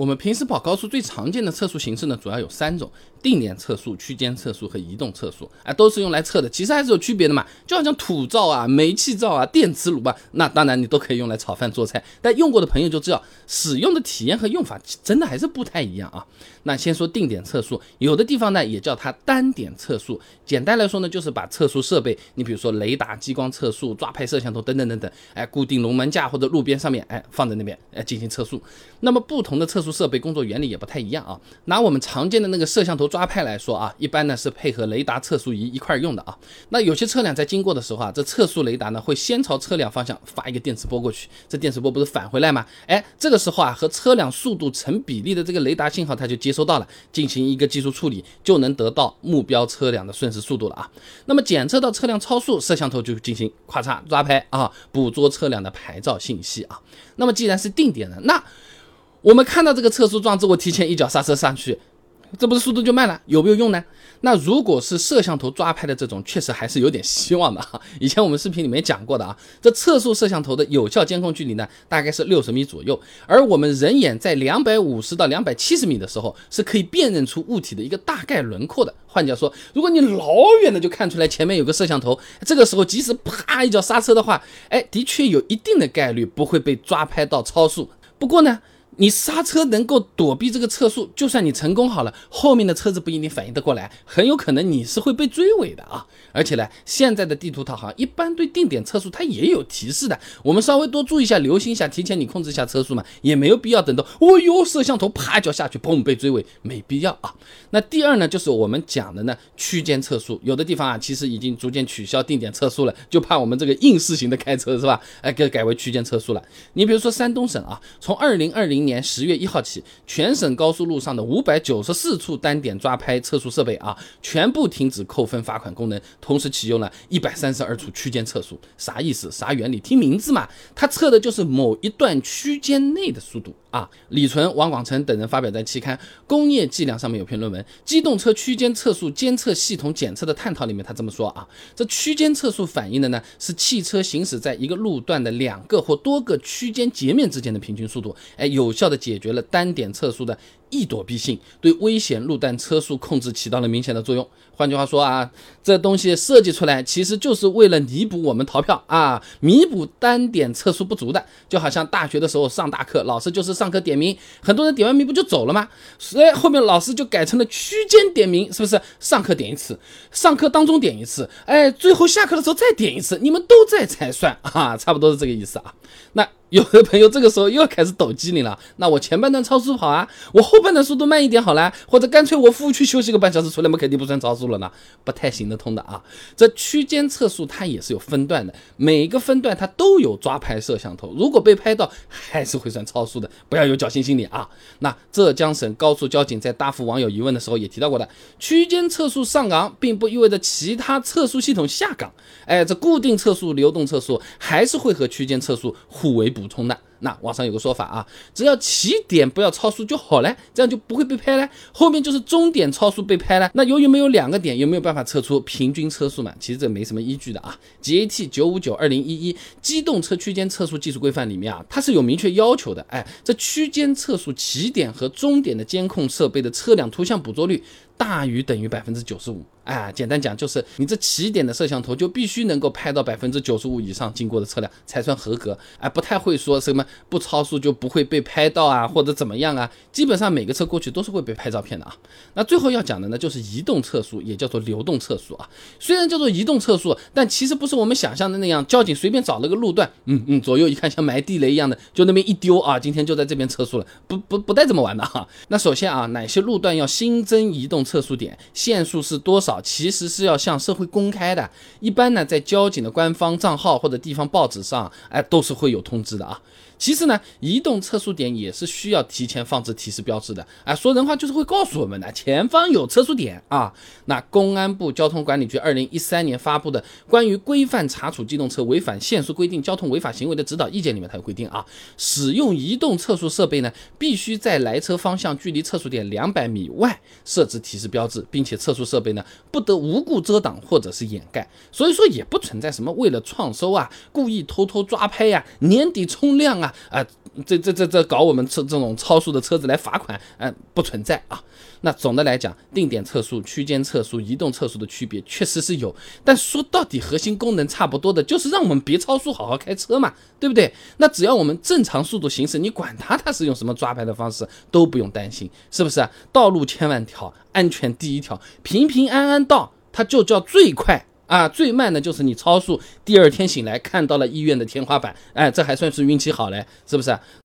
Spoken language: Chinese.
我们平时跑高速最常见的测速形式呢，主要有3种：定点测速、区间测速和移动测速，都是用来测的，其实还是有区别的嘛。就好像土灶啊、煤气灶啊、电磁炉啊，那当然你都可以用来炒饭做菜，但用过的朋友就知道，使用的体验和用法真的还是不太一样啊。那先说定点测速，有的地方呢也叫它单点测速，简单来说呢，就是把测速设备，你比如说雷达、激光测速、抓拍摄像头等等等等，固定龙门架或者路边上面，放在那边，进行测速。那么不同的测速设备工作原理也不太一样啊。拿我们常见的那个摄像头抓拍来说啊，一般呢是配合雷达测速仪一块用的啊。那有些车辆在经过的时候啊，这测速雷达呢会先朝车辆方向发一个电磁波过去，这电磁波不是返回来吗？这个时候啊，和车辆速度成比例的这个雷达信号它就接收到了，进行一个技术处理，就能得到目标车辆的瞬时速度了啊。那么检测到车辆超速，摄像头就进行咔嚓抓拍啊，捕捉车辆的牌照信息啊。那么既然是定点的，那我们看到这个测速装置，我提前一脚刹车上去，这不是速度就慢了，有没有用呢？那如果是摄像头抓拍的这种，确实还是有点希望的啊。以前我们视频里面讲过的啊，这测速摄像头的有效监控距离呢，大概是60米左右，而我们人眼在250到270米的时候，是可以辨认出物体的一个大概轮廓的。换句话说，如果你老远的就看出来前面有个摄像头，这个时候即使啪一脚刹车的话，的确有一定的概率不会被抓拍到超速。不过呢，你刹车能够躲避这个测速，就算你成功好了，后面的车子不一定反应得过来，很有可能你是会被追尾的啊。而且呢，现在的地图导航一般对定点测速它也有提示的，我们稍微多注意一下，留心一下，提前你控制一下车速嘛，也没有必要等到摄像头啪一脚下去，砰被追尾，没必要啊。那第二呢，就是我们讲的呢区间测速，有的地方啊其实已经逐渐取消定点测速了，就怕我们这个应试型的开车是吧？改为区间测速了。你比如说山东省啊，从2020年10月1号起，全省高速路上的594处单点抓拍测速设备啊，全部停止扣分罚款功能，同时启用了132处区间测速。啥意思？啥原理？听名字嘛，它测的就是某一段区间内的速度啊。李纯、王广成等人发表在期刊《工业计量》上面有篇论文《机动车区间测速监测系统检测的探讨》里面，他这么说啊，这区间测速反映的呢是汽车行驶在一个路段的2个或多个区间截面之间的平均速度，有效的解决了单点测速的易躲避性，对危险路段车速控制起到了明显的作用。换句话说啊，这东西设计出来其实就是为了弥补我们逃票啊，弥补单点测速不足的。就好像大学的时候上大课，老师就是上课点名，很多人点完名不就走了吗？所以后面老师就改成了区间点名，是不是？上课点一次，上课当中点一次，最后下课的时候再点一次，你们都在才算啊，差不多是这个意思啊。那有的朋友这个时候又要开始抖机灵了，那我前半段超速跑啊，我后半段速度慢一点好了，或者干脆我服务区休息个半小时出来嘛，肯定不算超速了呢，不太行得通的啊。这区间测速它也是有分段的，每一个分段它都有抓拍摄像头，如果被拍到还是会算超速的，不要有侥幸心理啊。那浙江省高速交警在答复网友疑问的时候也提到过的，区间测速上岗并不意味着其他测速系统下岗，这固定测速、流动测速还是会和区间测速互为补充的。那网上有个说法啊，只要起点不要超速就好了，这样就不会被拍了，后面就是终点超速被拍了。那由于没有2个点，有没有办法测出平均车速嘛？其实这没什么依据的啊。GAT 959/2011机动车区间测速技术规范里面啊，它是有明确要求的，这区间测速起点和终点的监控设备的车辆图像捕捉率大于等于 95%。简单讲就是你这起点的摄像头就必须能够拍到 95% 以上经过的车辆才算合格，不太会说什么不超速就不会被拍到啊，或者怎么样啊，基本上每个车过去都是会被拍照片的啊。那最后要讲的呢，就是移动测速，也叫做流动测速啊。虽然叫做移动测速，但其实不是我们想象的那样，交警随便找了个路段，左右一看像埋地雷一样的，就那边一丢啊，今天就在这边测速了，不带这么玩的啊。那首先啊，哪些路段要新增移动测速点，限速是多少，其实是要向社会公开的，一般呢在交警的官方账号或者地方报纸上，都是会有通知的啊。其次呢，移动测速点也是需要提前放置提示标志的，说人话就是会告诉我们的前方有测速点啊。那公安部交通管理局2013年发布的关于规范查处机动车违反限速规定交通违法行为的指导意见里面，它有规定啊，使用移动测速设备呢，必须在来车方向距离测速点200米外设置提示标志，并且测速设备呢不得无故遮挡或者是掩盖。所以说也不存在什么为了创收啊，故意偷偷抓拍啊，年底冲量啊， 吧？这搞我们这种超速的车子来罚款，不存在啊。那总的来讲，定点测速、区间测速、移动测速的区别确实是有，但说到底核心功能差不多的，就是让我们别超速，好好开车嘛，对不对？那只要我们正常速度行驶，你管它是用什么抓拍的方式，都不用担心，是不是啊？道路千万条，安全第一条，平平安安到，它就叫最快。最慢的就是你超速，第二天醒来看到了医院的天花板，这还算是运气好嘞，是不是？